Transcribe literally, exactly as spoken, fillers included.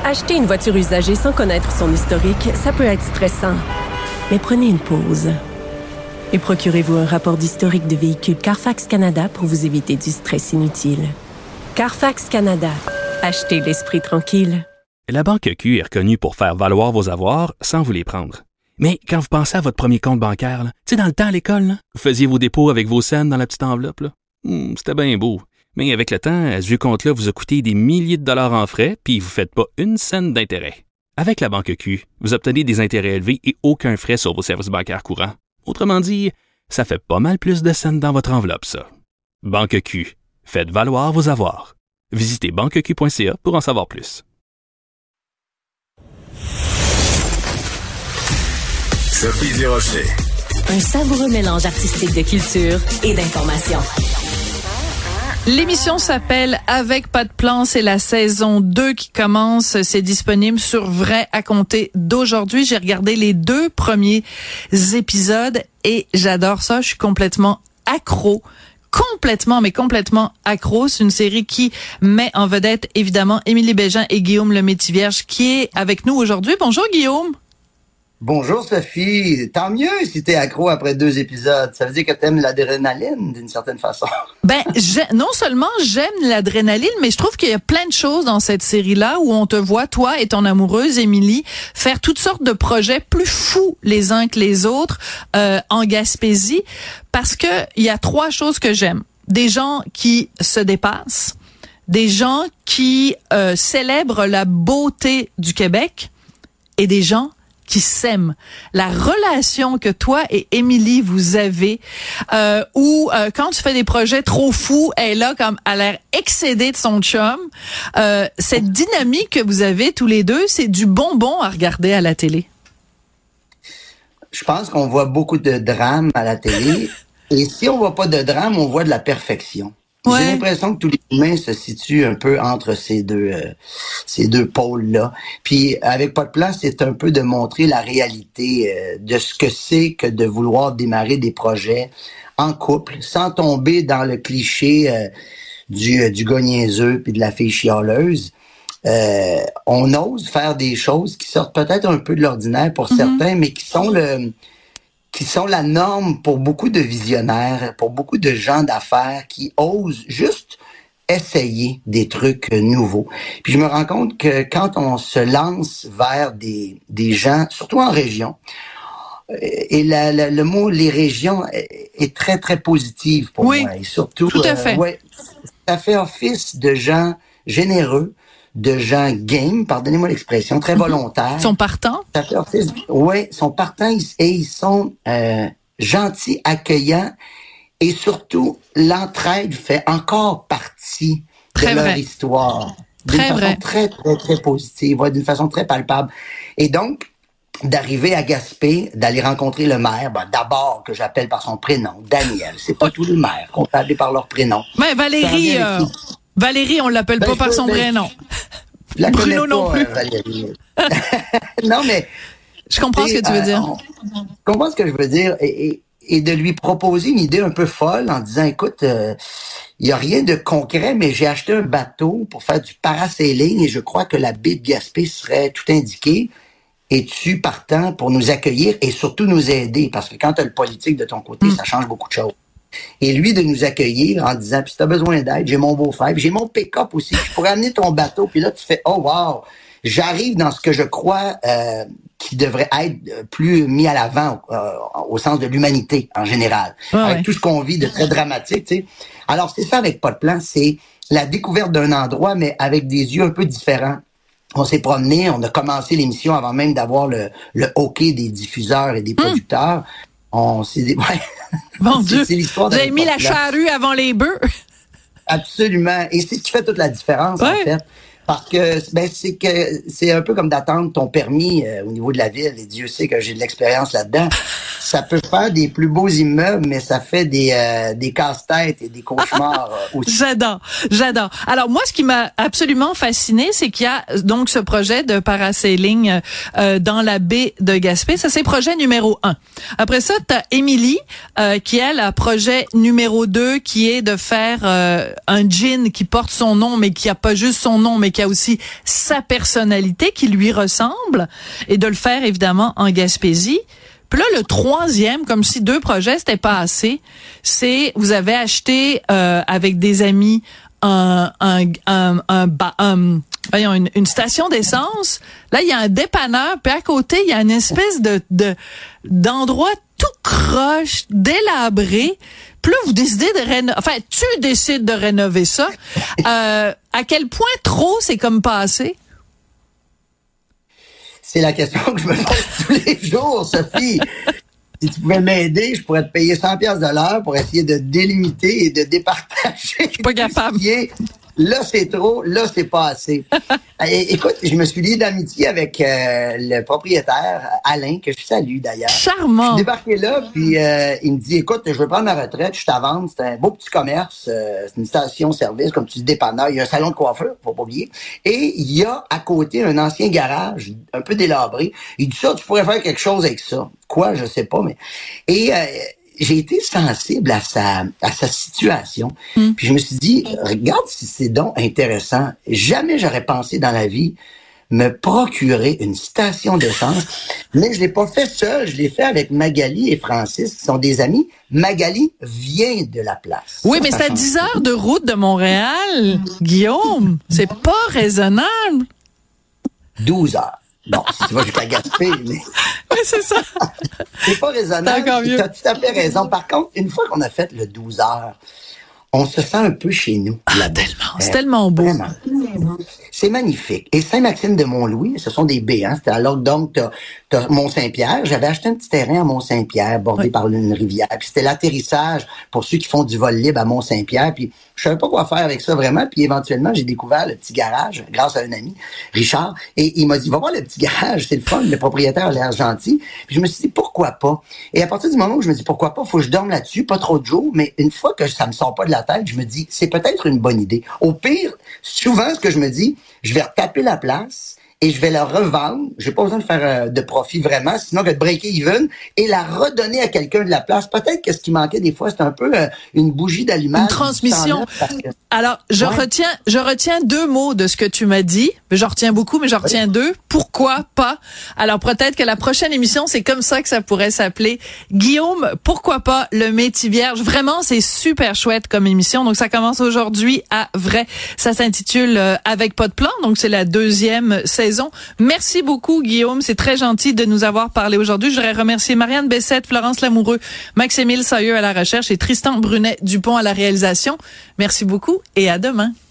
Acheter une voiture usagée sans connaître son historique, ça peut être stressant. Mais prenez une pause. Et procurez-vous un rapport d'historique de véhicule Carfax Canada pour vous éviter du stress inutile. Carfax Canada. Achetez l'esprit tranquille. La Banque Q est reconnue pour faire valoir vos avoirs sans vous les prendre. Mais quand vous pensez à votre premier compte bancaire, tu sais, dans le temps à l'école, là, vous faisiez vos dépôts avec vos scènes dans la petite enveloppe. Là. Hmm, c'était bien beau. Mais avec le temps, ce vieux compte-là vous a coûté des milliers de dollars en frais, puis vous ne faites pas une scène d'intérêt. Avec la Banque Q, vous obtenez des intérêts élevés et aucun frais sur vos services bancaires courants. Autrement dit, ça fait pas mal plus de scènes dans votre enveloppe, ça. Banque Q. Faites valoir vos avoirs. Visitez banque q point c a pour en savoir plus. Sophie Durocher. Un savoureux mélange artistique de culture et d'information. L'émission s'appelle Avec pas de plan, c'est la saison deux qui commence, c'est disponible sur Vrai à compter d'aujourd'hui. J'ai regardé les deux premiers épisodes et j'adore ça, je suis complètement accro. Complètement, mais complètement accro. C'est une série qui met en vedette, évidemment, Émilie Bégin et Guillaume Lemétivierge qui est avec nous aujourd'hui. Bonjour Guillaume. Bonjour Sophie, tant mieux si t'es accro après deux épisodes. Ça veut dire que t'aimes l'adrénaline d'une certaine façon. Ben, non seulement j'aime l'adrénaline, mais je trouve qu'il y a plein de choses dans cette série-là où on te voit, toi et ton amoureuse Émilie, faire toutes sortes de projets plus fous les uns que les autres euh, en Gaspésie, parce que il y a trois choses que j'aime. Des gens qui se dépassent, des gens qui euh, célèbrent la beauté du Québec et des gens qui s'aiment. La relation que toi et Émilie vous avez, euh, où euh, quand tu fais des projets trop fous, elle est là comme à l'air excédée de son chum. Euh, cette dynamique que vous avez tous les deux, c'est du bonbon à regarder à la télé. Je pense qu'on voit beaucoup de drames à la télé. Et si on voit pas de drame, on voit de la perfection. Ouais. J'ai l'impression que tous les humains se situent un peu entre ces deux euh, ces deux pôles-là. Puis avec Pas de plan, c'est un peu de montrer la réalité euh, de ce que c'est que de vouloir démarrer des projets en couple, sans tomber dans le cliché euh, du euh, du gars niaiseux puis de la fille chialeuse. Euh, on ose faire des choses qui sortent peut-être un peu de l'ordinaire pour mm-hmm. certains, mais qui sont le qui sont la norme pour beaucoup de visionnaires, pour beaucoup de gens d'affaires qui osent juste essayer des trucs nouveaux. Puis je me rends compte que quand on se lance vers des, des gens, surtout en région, et la, la, le mot « les régions » est très, très positif pour oui, moi. Et surtout, tout à fait. Euh, ouais, ça fait office de gens généreux, de gens game, pardonnez-moi l'expression, très volontaires. Ils sont partants? Oui, ils sont partants et ils sont euh, gentils, accueillants et surtout, l'entraide fait encore partie très de vrai. leur histoire. D'une Très façon vrai. très, très, très positive, ouais, d'une façon très palpable. Et donc, d'arriver à Gaspé, d'aller rencontrer le maire, ben, d'abord, que j'appelle par son prénom, Daniel. C'est pas tous les maires qu'on peut appeler par leur prénom. Mais Valérie... Valérie, on l'appelle ben, pas par son vrai nom. La Bruno pas, non plus. Euh, Valérie. Non, mais... Je comprends ce que tu veux euh, dire. Je comprends ce que je veux dire. Et, et, et de lui proposer une idée un peu folle en disant, écoute, il euh, y a rien de concret, mais j'ai acheté un bateau pour faire du parasailing et je crois que la baie de Gaspé serait tout indiquée. Es-tu partant pour nous accueillir et surtout nous aider? Parce que quand tu as le politique de ton côté, mm. ça change beaucoup de choses. Et lui, de nous accueillir en disant, puis si t'as besoin d'aide, j'ai mon beau-frère, puis j'ai mon pick-up aussi, je pourrais amener ton bateau, puis là, tu fais, oh wow, j'arrive dans ce que je crois euh, qui devrait être plus mis à l'avant euh, au sens de l'humanité en général, ouais, avec ouais. tout ce qu'on vit de très dramatique, tu sais. Alors, c'est ça avec Pas de plan, c'est la découverte d'un endroit, mais avec des yeux un peu différents. On s'est promené, on a commencé l'émission avant même d'avoir le, le hockey des diffuseurs et des producteurs. Mmh. On s'est dit, ouais. Mon Dieu, c'est l'histoire vous avez mis la charrue avant les bœufs. Absolument. Et c'est ce qui fait toute la différence, ouais. en fait. Parce que ben c'est que c'est un peu comme d'attendre ton permis euh, au niveau de la ville. Et Dieu sait que j'ai de l'expérience là-dedans. Ça peut faire des plus beaux immeubles, mais ça fait des euh, des casse-têtes et des cauchemars euh, aussi. J'adore, j'adore. Alors moi, ce qui m'a absolument fasciné, c'est qu'il y a donc ce projet de parasailing euh, dans la baie de Gaspé. Ça, c'est projet numéro un. Après ça, t'as Émilie euh, qui elle a projet numéro deux, qui est de faire euh, un gin qui porte son nom, mais qui a pas juste son nom, mais donc il y a aussi sa personnalité qui lui ressemble, et de le faire évidemment en Gaspésie. Puis là, le troisième, comme si deux projets c'était pas assez, c'est vous avez acheté euh, avec des amis un un un, un, un, un voyons, une, une station d'essence. Là, il y a un dépanneur, puis à côté, il y a une espèce de, de d'endroit tout croche, délabré. Puis là, vous décidez de rénover. Enfin, tu décides de rénover ça. Euh, à quel point trop c'est comme passé? C'est la question que je me pose tous les jours, Sophie. Si tu pouvais m'aider, je pourrais te payer cent piastres de l'heure pour essayer de délimiter et de départager. Je suis pas capable. Là, c'est trop. Là, c'est pas assez. Écoute, je me suis lié d'amitié avec euh, le propriétaire, Alain, que je salue d'ailleurs. Charmant. Je suis débarqué là, puis euh, il me dit, écoute, je veux prendre ma retraite, je t'avance. C'est un beau petit commerce, euh, c'est une station-service, comme tu dis, dépanneur. Il y a un salon de coiffeur, faut pas oublier. Et il y a à côté un ancien garage, un peu délabré. Il dit ça, tu pourrais faire quelque chose avec ça. Quoi, je sais pas, mais... Et... Euh, j'ai été sensible à sa à sa situation. Mm. Puis je me suis dit, regarde si c'est donc intéressant. Jamais j'aurais pensé dans la vie me procurer une station d'essence. Mais je l'ai pas fait seul, je l'ai fait avec Magali et Francis, qui sont des amis. Magali vient de la place. Oui, ça, mais ça c'est à change. dix heures de route de Montréal, Guillaume. C'est pas raisonnable. douze heures. Bon, si tu vas jusqu'à Gaspé, mais... Oui, c'est ça. C'est pas raisonnable. Tu as tout à fait raison. Par contre, une fois qu'on a fait le douze heures, on se sent un peu chez nous. Ah, tellement. C'est euh, tellement beau. Vraiment. C'est magnifique. Et Saint-Maxime-de-Mont-Louis, ce sont des baies, hein. C'était à l'autre, donc, t'as, t'as Mont-Saint-Pierre. J'avais acheté un petit terrain à Mont-Saint-Pierre, bordé oui. par une rivière. Puis c'était l'atterrissage pour ceux qui font du vol libre à Mont-Saint-Pierre. Puis je savais pas quoi faire avec ça vraiment. Puis éventuellement, j'ai découvert le petit garage grâce à un ami, Richard. Et il m'a dit, va voir le petit garage, c'est le fun. Le propriétaire a l'air gentil. Puis je me suis dit, pourquoi pas? Et à partir du moment où je me dis, pourquoi pas, faut que je dorme là-dessus, pas trop de jours. Mais une fois que ça me sort pas de la tête, je me dis, c'est peut-être une bonne idée. Au pire, souvent, ce que je me dis, je vais retaper la place et je vais la revendre. J'ai pas besoin de faire euh, de profit vraiment, sinon que de breaker even et la redonner à quelqu'un de la place. Peut-être que ce qui manquait des fois, c'est un peu euh, une bougie d'allumage. Une transmission. Que... Alors, je ouais. retiens, je retiens deux mots de ce que tu m'as dit. J'en retiens beaucoup, mais j'en retiens oui. deux. Pourquoi pas? Alors, peut-être que la prochaine émission, c'est comme ça que ça pourrait s'appeler. Guillaume, pourquoi pas le métier vierge? Vraiment, c'est super chouette comme émission. Donc, ça commence aujourd'hui à Vrai. Ça s'intitule euh, Avec pas de plan. Donc, c'est la deuxième saison. Merci beaucoup, Guillaume. C'est très gentil de nous avoir parlé aujourd'hui. Je voudrais remercier Marianne Bessette, Florence Lamoureux, Maximile Sailleux à la recherche et Tristan Brunet-Dupont à la réalisation. Merci beaucoup et à demain.